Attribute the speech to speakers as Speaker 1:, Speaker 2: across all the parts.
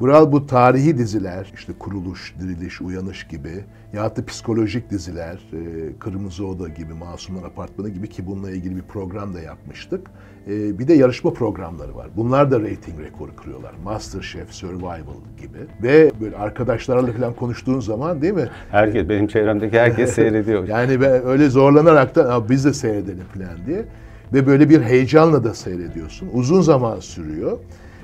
Speaker 1: Bu tarihi diziler, işte Kuruluş, Diriliş, Uyanış gibi, ya da psikolojik diziler, Kırmızı Oda gibi, Masumlar Apartmanı gibi, ki bununla ilgili bir program da yapmıştık. Bir de yarışma programları var. Bunlar da reyting rekoru kırıyorlar. MasterChef, Survival gibi. Ve böyle arkadaşlarla falan konuştuğun zaman, değil mi?
Speaker 2: Herkes, benim çevremdeki herkes seyrediyor.
Speaker 1: Yani ben öyle zorlanarak da biz de seyredelim falan diye. Ve böyle bir heyecanla da seyrediyorsun. Uzun zaman sürüyor.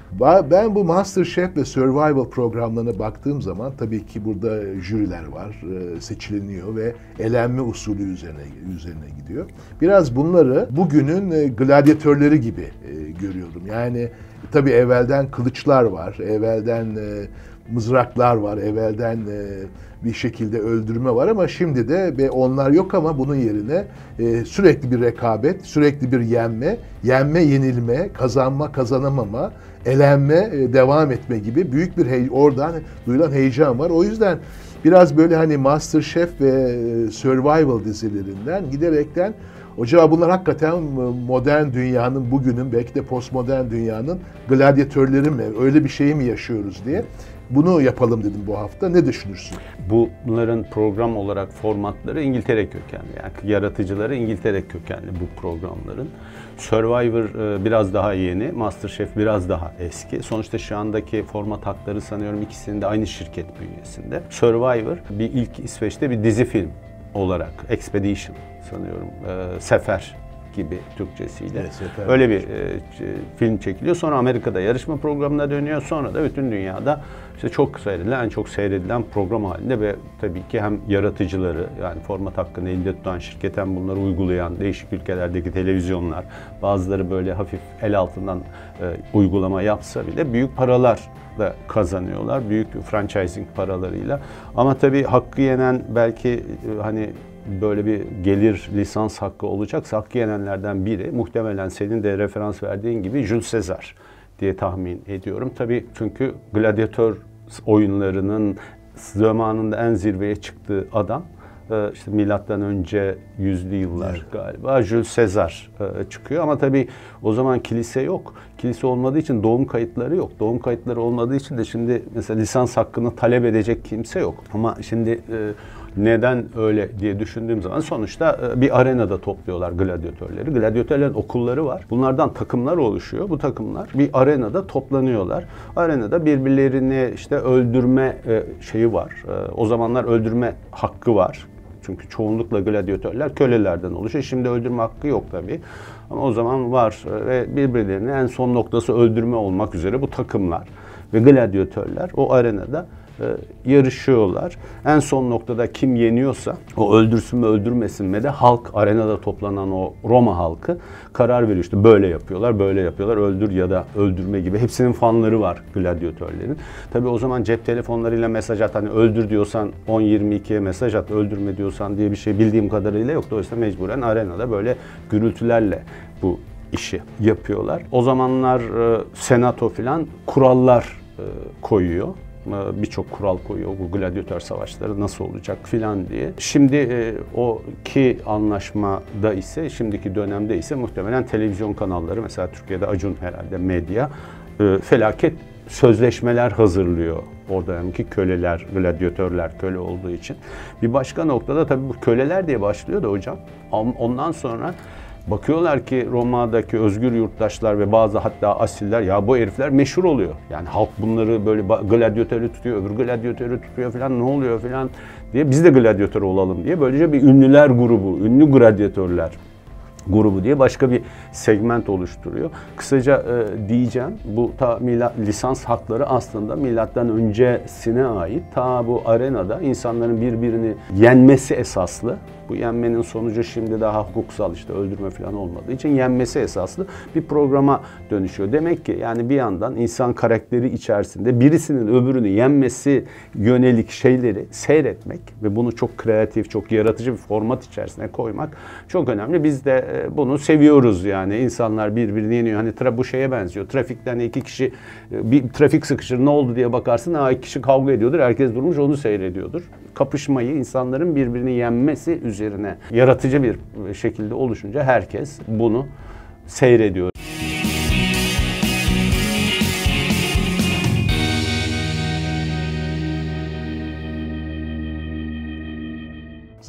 Speaker 1: Ben bu MasterChef ve Survival programlarına baktığım zaman, tabii ki burada jüriler var, seçiliniyor ve elenme usulü üzerine gidiyor. Biraz bunları bugünün gladyatörleri gibi görüyorum. Yani tabii evvelden kılıçlar var, evvelden mızraklar var, evvelden bir şekilde öldürme var, ama şimdi de onlar yok, ama bunun yerine sürekli bir rekabet, sürekli bir yenme, yenilme, kazanma, kazanamama, elenme, devam etme gibi büyük bir oradan duyulan heyecan var. O yüzden biraz böyle hani MasterChef ve Survival dizilerinden giderekten acaba bunlar hakikaten modern dünyanın, bugünün belki de postmodern dünyanın gladyatörleri mi, öyle bir şey mi yaşıyoruz diye bunu yapalım dedim bu hafta. Ne düşünürsün?
Speaker 2: Bunların program olarak formatları İngiltere kökenli. Yani yaratıcıları İngiltere kökenli bu programların. Survivor biraz daha yeni, MasterChef biraz daha eski. Sonuçta şu andaki format hakları sanıyorum ikisinin de aynı şirket bünyesinde. Survivor bir ilk İsveç'te bir dizi film olarak, Expedition sanıyorum, Sefer gibi Türkçesiyle. Evet, öyle bir film çekiliyor. Sonra Amerika'da yarışma programına dönüyor. Sonra da bütün dünyada işte çok seyredilen, en çok seyredilen program halinde ve tabii ki hem yaratıcıları, yani format hakkını elinde tutan şirket, hem bunları uygulayan değişik ülkelerdeki televizyonlar, bazıları böyle hafif el altından uygulama yapsa bile büyük paralar da kazanıyorlar. Büyük franchising paralarıyla. Ama tabii hakkı yenen, belki hani böyle bir gelir lisans hakkı olacaksa hakkı yenenlerden biri muhtemelen senin de referans verdiğin gibi Jules Caesar diye tahmin ediyorum. Tabii çünkü gladyatör oyunlarının zamanında en zirveye çıktığı adam, işte milattan önce 100'lü yıllar galiba Jules Caesar çıkıyor. Ama tabii o zaman kilise yok. Kilise olmadığı için doğum kayıtları yok. Doğum kayıtları olmadığı için de şimdi mesela lisans hakkını talep edecek kimse yok. Ama şimdi neden öyle diye düşündüğüm zaman sonuçta bir arenada topluyorlar gladyatörleri. Gladyatörlerin okulları var. Bunlardan takımlar oluşuyor. Bu takımlar bir arenada toplanıyorlar. Arenada birbirlerini işte öldürme şeyi var. O zamanlar öldürme hakkı var. Çünkü çoğunlukla gladyatörler kölelerden oluşuyor. Şimdi öldürme hakkı yok tabii. Ama o zaman var ve birbirlerini en son noktası öldürme olmak üzere bu takımlar ve gladyatörler o arenada yarışıyorlar. En son noktada kim yeniyorsa o öldürsün mü öldürmesin mi de halk, arenada toplanan o Roma halkı karar veriyor. İşte böyle yapıyorlar, böyle yapıyorlar, öldür ya da öldürme gibi. Hepsinin fanları var gladyatörlerin. Tabii o zaman cep telefonlarıyla mesaj at, hani öldür diyorsan 10-22'ye mesaj at, öldürme diyorsan diye bir şey bildiğim kadarıyla yok. Dolayısıyla mecburen arenada böyle gürültülerle bu işi yapıyorlar. O zamanlar senato filan kurallar koyuyor. Birçok kural koyuyor, bu gladyatör savaşları nasıl olacak filan diye. Şimdi o ki anlaşmada ise, şimdiki dönemde ise muhtemelen televizyon kanalları, mesela Türkiye'de Acun herhalde medya, felaket sözleşmeler hazırlıyor. Orada yani ki köleler, gladyatörler köle olduğu için. Bir başka noktada tabii bu köleler diye başlıyor da hocam. Ondan sonra bakıyorlar ki Roma'daki özgür yurttaşlar ve bazı hatta asiller, ya bu herifler meşhur oluyor. Yani halk bunları böyle gladyatörü tutuyor, öbür gladyatörü tutuyor falan, ne oluyor falan diye, biz de gladyatör olalım diye böylece bir ünlüler grubu, ünlü gladyatörler grubu diye başka bir segment oluşturuyor. Kısaca diyeceğim, bu lisans hakları aslında milattan öncesine ait, ta bu arenada insanların birbirini yenmesi esaslı. Bu yenmenin sonucu şimdi daha hukuksal, işte öldürme falan olmadığı için yenmesi esaslı bir programa dönüşüyor. Demek ki yani bir yandan insan karakteri içerisinde birisinin öbürünü yenmesi yönelik şeyleri seyretmek ve bunu çok kreatif, çok yaratıcı bir format içerisine koymak çok önemli. Biz de bunu seviyoruz yani. İnsanlar birbirini yeniyor. Hani bu şeye benziyor. Trafikten iki kişi, bir trafik sıkışır, ne oldu diye bakarsın. İki kişi kavga ediyordur. Herkes durmuş onu seyrediyordur. Kapışmayı, insanların birbirini yenmesi üzerine yaratıcı bir şekilde oluşunca herkes bunu seyrediyor.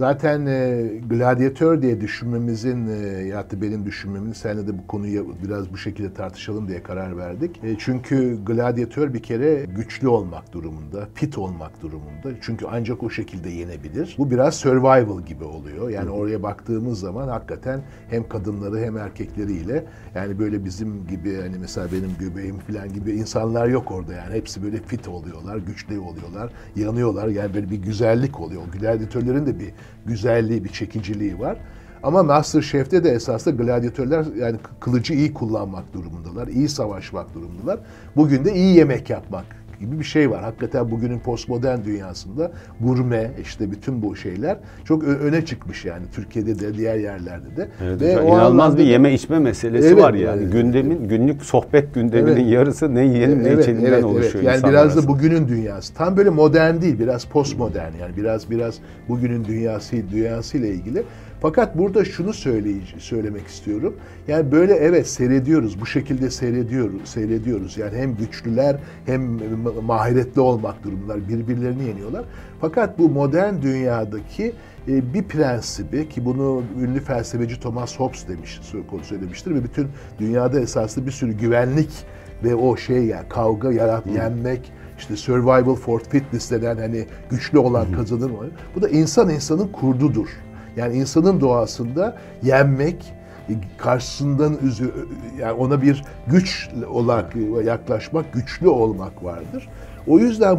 Speaker 1: Zaten gladyatör diye düşünmemizin, ya da benim düşünmemin, seninle de bu konuyu biraz bu şekilde tartışalım diye karar verdik. Çünkü gladyatör bir kere güçlü olmak durumunda, fit olmak durumunda. Çünkü ancak o şekilde yenebilir. Bu biraz survival gibi oluyor. Yani oraya baktığımız zaman hakikaten hem kadınları hem erkekleriyle, yani böyle bizim gibi, hani mesela benim göbeğim falan gibi insanlar yok orada yani. Hepsi böyle fit oluyorlar, güçlü oluyorlar, yanıyorlar. Yani böyle bir güzellik oluyor. Gladyatörlerin de bir güzelliği, bir çekiciliği var. Ama MasterChef'te de esasında gladyatörler yani kılıcı iyi kullanmak durumundalar, iyi savaşmak durumundalar. Bugün de iyi yemek yapmak gibi bir şey var. Hakikaten bugünün postmodern dünyasında gurme, işte bütün bu şeyler çok öne çıkmış yani Türkiye'de de diğer yerlerde de.
Speaker 2: Evet, ve inanılmaz bir yeme içme meselesi evet, var yani. Evet, gündemin günlük sohbet gündeminin evet, yarısı ne yiyelim ne içelimden oluşuyor.
Speaker 1: Yani biraz da bugünün dünyası. Tam böyle modern değil, biraz postmodern yani biraz bugünün dünyasıyla ilgili. Fakat burada şunu söylemek istiyorum. Yani böyle evet seyrediyoruz, bu şekilde seyrediyoruz. Yani hem güçlüler hem maharetli olmak durumundalar, birbirlerini yeniyorlar. Fakat bu modern dünyadaki bir prensibi, ki bunu ünlü felsefeci Thomas Hobbes söylemiştir ve bütün dünyada esaslı bir sürü güvenlik ve o yani kavga yenmek, işte survival for fitness denen hani güçlü olan kazanır mı? Bu da insanın kurdudur. Yani insanın doğasında yenmek, karşısından yani ona bir güç olarak yaklaşmak, güçlü olmak vardır. O yüzden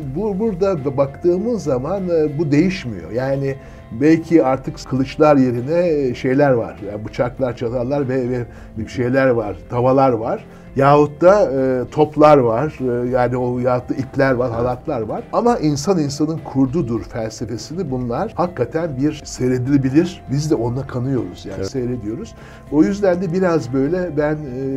Speaker 1: burada baktığımız zaman bu değişmiyor. Yani belki artık kılıçlar yerine şeyler var. Yani bıçaklar, çatallar ve bir şeyler var, tavalar var. Yahut da toplar var, yani yahut da ipler var, halatlar var. Ama insanın kurdudur felsefesini bunlar hakikaten bir seyredilebilir. Biz de onunla kanıyoruz yani evet, seyrediyoruz. O yüzden de biraz böyle ben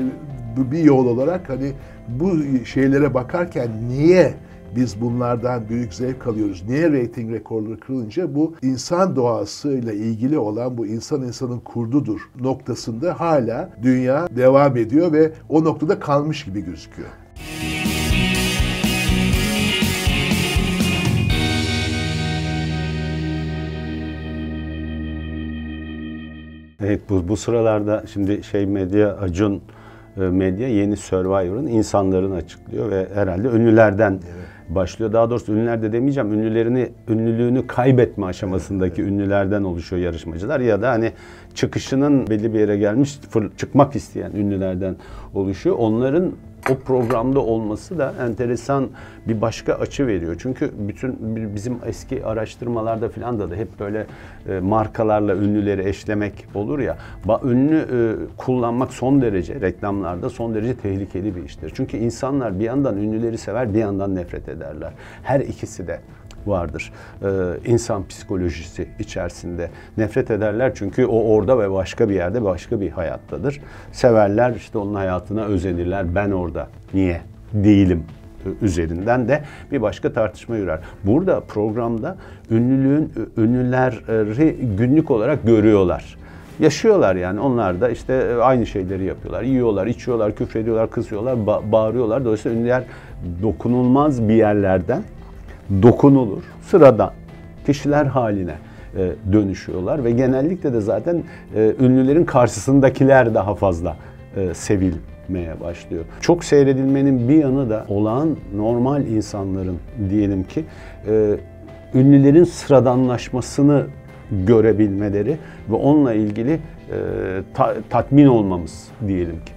Speaker 1: bir yol olarak hani bu şeylere bakarken niye biz bunlardan büyük zevk alıyoruz? Niye reyting rekorları kırılınca bu insan doğasıyla ilgili olan bu insanın kurdudur noktasında hala dünya devam ediyor ve o noktada kalmış gibi gözüküyor.
Speaker 2: Evet, bu sıralarda şimdi Acun Medya yeni Survivor'ın insanlarını açıklıyor ve herhalde ünlülerden başlıyor. Daha doğrusu ünlüler de demeyeceğim. Ünlülüğünü kaybetme aşamasındaki ünlülerden oluşuyor yarışmacılar ya da hani çıkışının belli bir yere gelmiş çıkmak isteyen ünlülerden oluşuyor. Onların o programda olması da enteresan bir başka açı veriyor. Çünkü bizim eski araştırmalarda falan da hep böyle markalarla ünlüleri eşlemek olur ya. Ünlü kullanmak son derece, reklamlarda son derece tehlikeli bir iştir. Çünkü insanlar bir yandan ünlüleri sever, bir yandan nefret ederler. Her ikisi de vardır. İnsan psikolojisi içerisinde. Nefret ederler çünkü o orada ve başka bir yerde, başka bir hayattadır. Severler, işte onun hayatına özenirler. Ben orada niye değilim üzerinden de bir başka tartışma yürür. Burada programda ünlüleri günlük olarak görüyorlar. Yaşıyorlar yani. Onlar da işte aynı şeyleri yapıyorlar. Yiyorlar, içiyorlar, küfrediyorlar, kızıyorlar, bağırıyorlar. Dolayısıyla ünlüler dokunulmaz bir yerlerden dokunulur, sıradan kişiler haline dönüşüyorlar ve genellikle de zaten ünlülerin karşısındakiler daha fazla sevilmeye başlıyor. Çok seyredilmenin bir yanı da olağan normal insanların diyelim ki ünlülerin sıradanlaşmasını görebilmeleri ve onunla ilgili tatmin olmamız diyelim ki.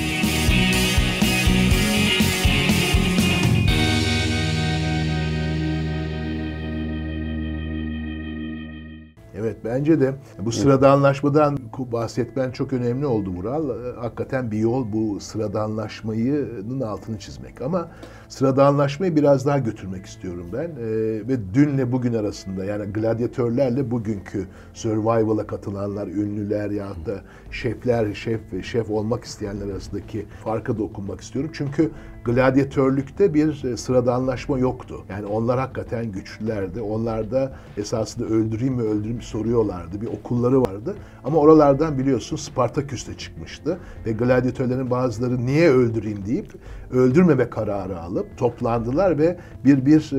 Speaker 1: Evet, bence de bu sıradanlaşmadan bahsetmen çok önemli oldu Mural. Hakikaten bir yol bu sıradanlaşmanın altını çizmek. Ama sıradanlaşmayı biraz daha götürmek istiyorum ben. Ve dünle bugün arasında, yani gladyatörlerle bugünkü Survival'a katılanlar, ünlüler ya da şef olmak isteyenler arasındaki farka dokunmak istiyorum. Çünkü gladyatörlükte bir sıradanlaşma yoktu. Yani onlar hakikaten güçlülerdi. Onlar da esasında öldüreyim mi soruyorlardı. Bir okulları vardı. Ama oralar oralardan biliyorsun Spartaküs de çıkmıştı. Ve gladyatörlerin bazıları niye öldüreyim deyip öldürmeme kararı alıp toplandılar ve bir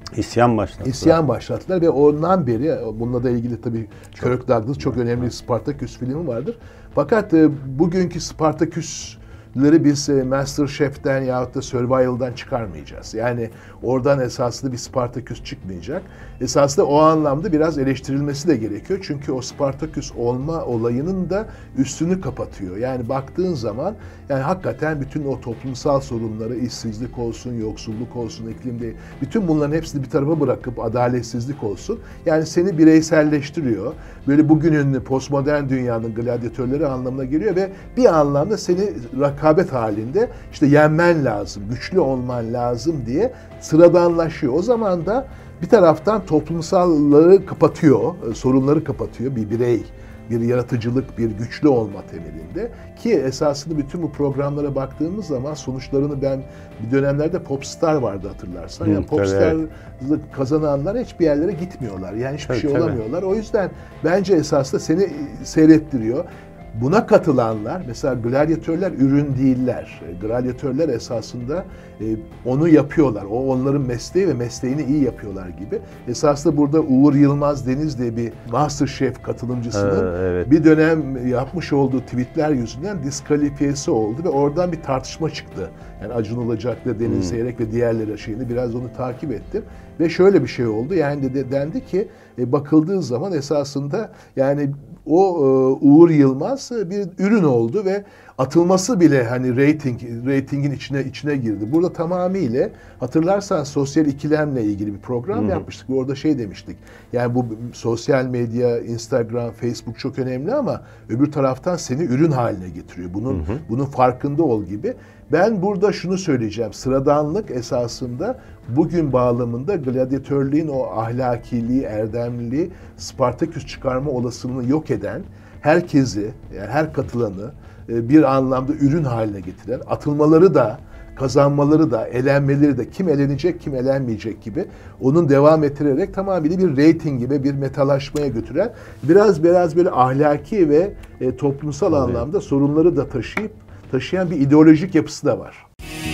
Speaker 2: isyan
Speaker 1: başlattılar ve ondan beri bununla da ilgili tabii Kirk Douglas çok önemli Spartaküs filmi vardır. Fakat bugünkü Spartaküs'leri biz MasterChef'ten yahut da Survival'dan çıkarmayacağız. Yani oradan esasında bir Spartaküs çıkmayacak. Esasında o anlamda biraz eleştirilmesi de gerekiyor. Çünkü o Spartaküs olma olayının da üstünü kapatıyor. Yani baktığın zaman yani hakikaten bütün o toplumsal sorunları, işsizlik olsun, yoksulluk olsun, iklimde, bütün bunların hepsini bir tarafa bırakıp adaletsizlik olsun. Yani seni bireyselleştiriyor. Böyle bugünün postmodern dünyanın gladyatörleri anlamına geliyor ve bir anlamda seni rekabet halinde işte yenmen lazım, güçlü olman lazım diye sıradanlaşıyor. O zaman da bir taraftan toplumsallığı kapatıyor, sorunları kapatıyor bir birey, bir yaratıcılık, bir güçlü olma temelinde. Ki esasında bütün bu programlara baktığımız zaman sonuçlarını ben bir dönemlerde Popstar vardı hatırlarsan. Yani Popstar'lık kazananlar hiçbir yerlere gitmiyorlar. Yani hiçbir şey olamıyorlar. O yüzden bence esasında seni seyrettiriyor. Buna katılanlar, mesela gladyatörler ürün değiller. Gladyatörler esasında onu yapıyorlar. O onların mesleği ve mesleğini iyi yapıyorlar gibi. Esasında burada Uğur Yılmaz Deniz diye bir MasterChef katılımcısının bir dönem yapmış olduğu tweetler yüzünden diskalifiyesi oldu ve oradan bir tartışma çıktı. Yani Acun Ilıcalı, Deniz Seyrek ve diğerleri şeyini biraz onu takip ettim. Ve şöyle bir şey oldu. Yani dendi ki bakıldığı zaman esasında yani o Uğur Yılmaz bir ürün oldu ve atılması bile hani reytingin içine girdi. Burada tamamıyla hatırlarsan sosyal ikilemle ilgili bir program yapmıştık ve orada şey demiştik. Yani bu sosyal medya, Instagram, Facebook çok önemli ama öbür taraftan seni ürün haline getiriyor. Bunun farkında ol gibi. Ben burada şunu söyleyeceğim. Sıradanlık esasında bugün bağlamında gladyatörlüğün o ahlakiliği, erdemliliği, Spartaküs çıkarma olasılığını yok eden, herkesi, yani her katılanı bir anlamda ürün haline getiren, atılmaları da, kazanmaları da, elenmeleri de, kim elenecek, kim elenmeyecek gibi onun devam ettirerek tamamıyla bir reyting gibi bir metalaşmaya götüren, biraz böyle ahlaki ve toplumsal anlamda sorunları da taşıyan bir ideolojik yapısı da var.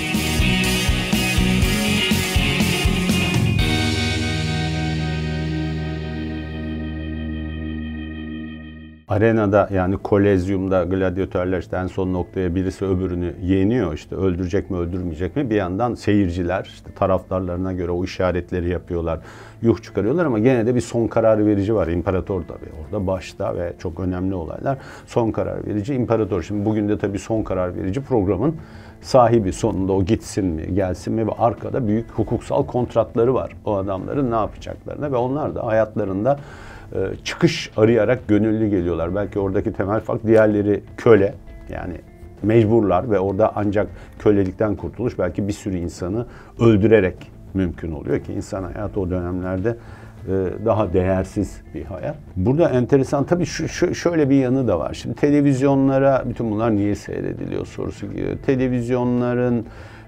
Speaker 2: Arenada yani kolezyumda gladyatörler işte en son noktaya birisi öbürünü yeniyor, işte öldürecek mi öldürmeyecek mi, bir yandan seyirciler işte taraftarlarına göre o işaretleri yapıyorlar, yuh çıkarıyorlar ama gene de bir son karar verici var, imparator tabii orada başta ve çok önemli olaylar, son karar verici imparator. Şimdi bugün de tabii son karar verici programın sahibi, sonunda o gitsin mi gelsin mi ve arkada büyük hukuksal kontratları var o adamların ne yapacaklarına ve onlar da hayatlarında çıkış arayarak gönüllü geliyorlar. Belki oradaki temel fark, diğerleri köle, yani mecburlar ve orada ancak kölelikten kurtuluş belki bir sürü insanı öldürerek mümkün oluyor ki insan hayatı o dönemlerde daha değersiz bir hayat. Burada enteresan tabii şöyle bir yanı da var. Şimdi televizyonlara bütün bunlar niye seyrediliyor sorusu geliyor. Televizyonların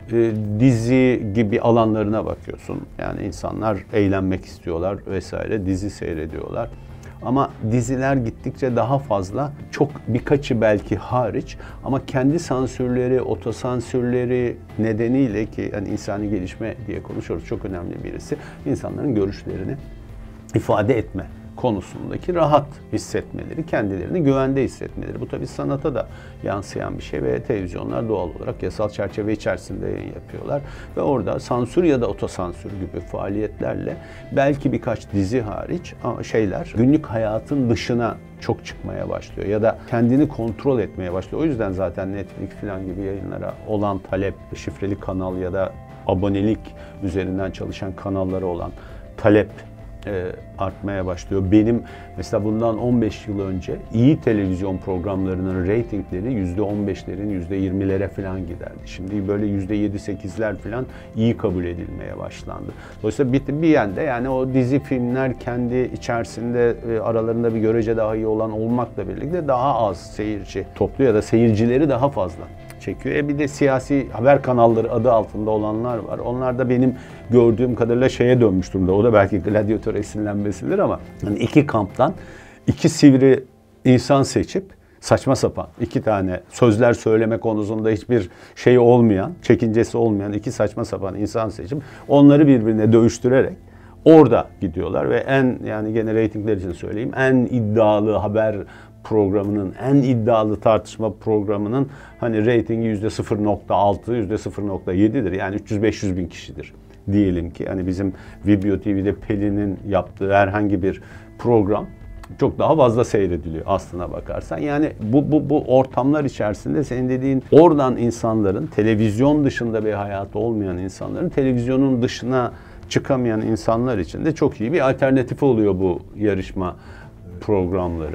Speaker 2: dizi gibi alanlarına bakıyorsun. Yani insanlar eğlenmek istiyorlar vesaire, dizi seyrediyorlar. Ama diziler gittikçe daha fazla, çok birkaçı belki hariç ama kendi sansürleri, otosansürleri nedeniyle ki yani insani gelişme diye konuşuyoruz, çok önemli birisi, insanların görüşlerini ifade etme konusundaki rahat hissetmeleri, kendilerini güvende hissetmeleri. Bu tabii sanata da yansıyan bir şey ve televizyonlar doğal olarak yasal çerçeve içerisinde yayın yapıyorlar. Ve orada sansür ya da otosansür gibi faaliyetlerle belki birkaç dizi hariç günlük hayatın dışına çok çıkmaya başlıyor ya da kendini kontrol etmeye başlıyor. O yüzden zaten Netflix falan gibi yayınlara olan talep, şifreli kanal ya da abonelik üzerinden çalışan kanallara olan talep artmaya başlıyor. Benim mesela bundan 15 yıl önce iyi televizyon programlarının reytingleri %15'lerin %20'lere falan giderdi. Şimdi böyle %7-8'ler falan iyi kabul edilmeye başlandı. Dolayısıyla bir yanda yani o dizi filmler kendi içerisinde aralarında bir görece daha iyi olan olmakla birlikte daha az seyirci topluyor ya da seyircileri daha fazla çekiyor. Bir de siyasi haber kanalları adı altında olanlar var. Onlar da benim gördüğüm kadarıyla şeye dönmüş durumda. O da belki gladyatör esinlenmesidir ama hani iki kamptan iki sivri insan seçip saçma sapan 2 tane sözler söyleme konusunda hiçbir şey olmayan, çekincesi olmayan 2 saçma sapan insan seçip onları birbirine dövüştürerek orada gidiyorlar ve yani gene reytingler için söyleyeyim, en iddialı haber programının, en iddialı tartışma programının hani reytingi %0.6, %0.7'dir. Yani 300-500 bin kişidir diyelim ki. Hani bizim Vibio TV'de Pelin'in yaptığı herhangi bir program çok daha fazla seyrediliyor aslına bakarsan. Yani bu ortamlar içerisinde senin dediğin oradan insanların, televizyon dışında bir hayatı olmayan insanların televizyonun dışına çıkamayan insanlar için de çok iyi bir alternatif oluyor bu yarışma programları.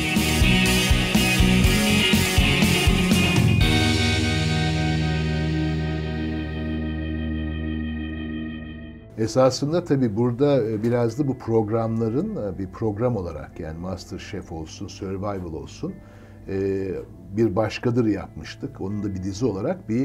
Speaker 1: Esasında tabii burada biraz da bu programların bir program olarak, yani MasterChef olsun, Survival olsun, bir başkadır yapmıştık. Onun da bir dizi olarak bir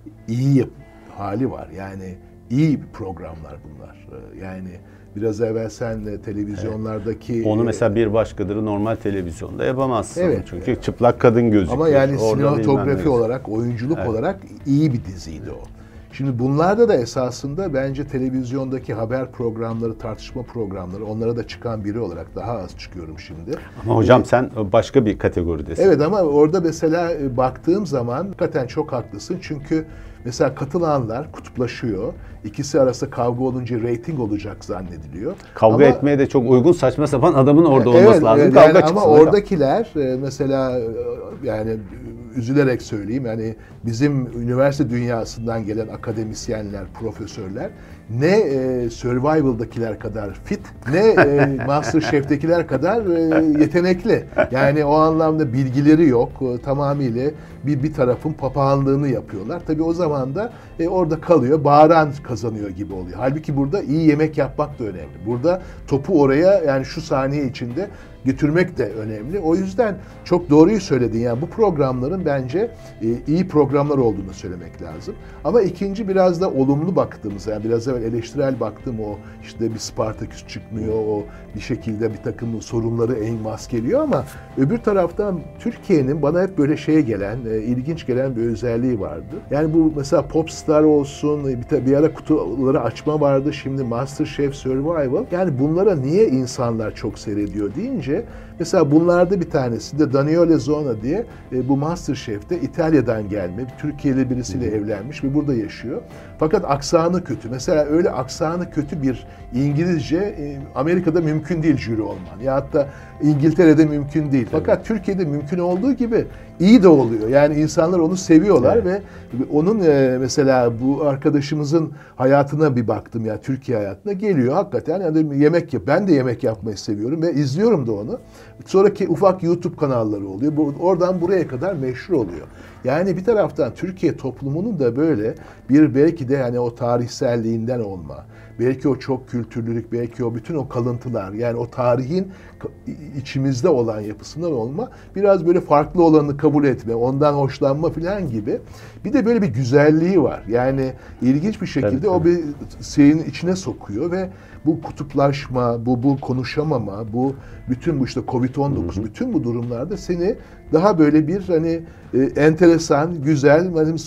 Speaker 1: iyi hali var. Yani iyi programlar bunlar. Yani biraz evvel sen televizyonlardaki...
Speaker 2: Onu mesela bir başkadırı normal televizyonda yapamazsın.
Speaker 1: Evet.
Speaker 2: Çünkü çıplak kadın gözüküyor.
Speaker 1: Ama yani sinematografi olarak, oyunculuk olarak iyi bir diziydi o. Şimdi bunlarda da esasında bence televizyondaki haber programları, tartışma programları, onlara da çıkan biri olarak daha az çıkıyorum şimdi.
Speaker 2: Ama hocam sen başka bir kategoridesin.
Speaker 1: Evet, ama orada mesela baktığım zaman hakikaten çok haklısın. Çünkü mesela katılanlar kutuplaşıyor. İkisi arasında kavga olunca reyting olacak zannediliyor.
Speaker 2: Kavga etmeye de çok uygun, saçma sapan adamın orada olması lazım.
Speaker 1: Evet,
Speaker 2: Kavga
Speaker 1: yani
Speaker 2: çıksın.
Speaker 1: Ama oradakiler mesela yani üzülerek söyleyeyim, yani bizim üniversite dünyasından gelen akademisyenler, profesörler ne Survival'dakiler kadar fit, ne MasterChef'tekiler kadar yetenekli. Yani o anlamda bilgileri yok. Tamamıyla bir tarafın papağanlığını yapıyorlar. Tabii o zaman da orada kalıyor, bağıran kazanıyor gibi oluyor. Halbuki burada iyi yemek yapmak da önemli. Burada topu oraya, yani şu saniye içinde götürmek de önemli. O yüzden çok doğruyu söyledin. Yani bu programların bence iyi programlar olduğunu söylemek lazım. Ama ikinci, biraz da olumlu baktığımız, yani biraz evvel eleştirel baktım, o işte bir Spartaküs çıkmıyor, o bir şekilde bir takım sorunları maskeliyor, ama öbür taraftan Türkiye'nin bana hep böyle şeye gelen, ilginç gelen bir özelliği vardı. Yani bu mesela Popstar olsun, bir ara kutuları açma vardı, şimdi MasterChef, Survival. Yani bunlara niye insanlar çok seyrediyor deyince, mesela bunlarda bir tanesi de Daniele Zona diye, bu MasterChef'te İtalya'dan gelme, Türkiye'li birisiyle evlenmiş ve burada yaşıyor. Fakat aksanı kötü. Mesela öyle aksanı kötü bir İngilizce Amerika'da mümkün değil jüri olman. Ya hatta İngiltere'de mümkün değil. Fakat Türkiye'de mümkün olduğu gibi iyi de oluyor. Yani insanlar onu seviyorlar ve onun mesela bu arkadaşımızın hayatına bir baktım, ya Türkiye hayatına geliyor hakikaten. Yani yemek yap. Ben de yemek yapmayı seviyorum ve izliyorum da onu. Sonraki ufak YouTube kanalları oluyor. Oradan buraya kadar meşhur oluyor. Yani bir taraftan Türkiye toplumunun da böyle bir, belki de hani o tarihselliğinden olma, belki o çok kültürlülük, belki o bütün o kalıntılar, yani o tarihin içimizde olan yapısından olma, biraz böyle farklı olanı kabul etme, ondan hoşlanma falan gibi. Bir de böyle bir güzelliği var. Yani ilginç bir şekilde o bir şeyin içine sokuyor ve bu kutuplaşma, bu konuşamama, bu bütün bu işte Covid-19, bütün bu durumlarda seni daha böyle bir hani enteresan, güzel,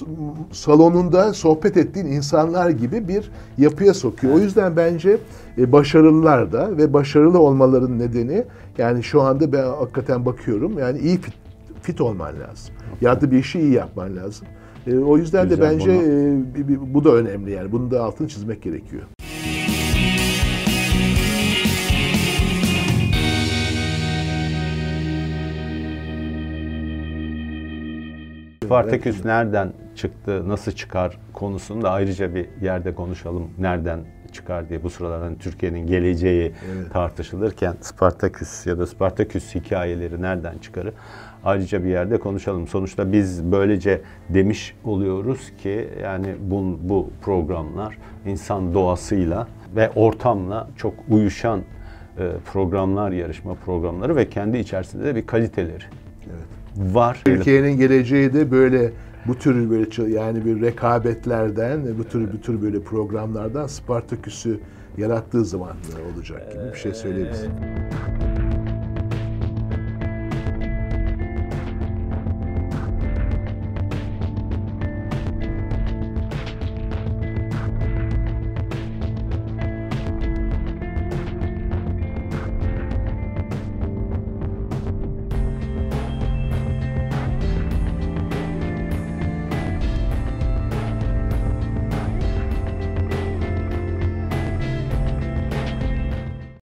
Speaker 1: salonunda sohbet ettiğin insanlar gibi bir yapıya sokuyor. O yüzden bence başarılılar da, ve başarılı olmaların nedeni, yani şu anda ben hakikaten bakıyorum, yani iyi fit olman lazım. Ya da bir işi iyi yapman lazım. O yüzden de bence bu da önemli, yani bunun da altını çizmek gerekiyor.
Speaker 2: Spartaküs nereden çıktı, nasıl çıkar konusunu da ayrıca bir yerde konuşalım. Nereden çıkar diye, bu sıralar hani Türkiye'nin geleceği tartışılırken Spartaküs ya da Spartaküs hikayeleri nereden çıkarı ayrıca bir yerde konuşalım. Sonuçta biz böylece demiş oluyoruz ki yani bu programlar insan doğasıyla ve ortamla çok uyuşan programlar, yarışma programları ve kendi içerisinde de bir kaliteleri var.
Speaker 1: Türkiye'nin geleceği de böyle, bu tür böyle, yani bir rekabetlerden, bu tür böyle programlardan Spartaküs'ü yarattığı zaman olacak gibi bir şey söyleyebiliriz.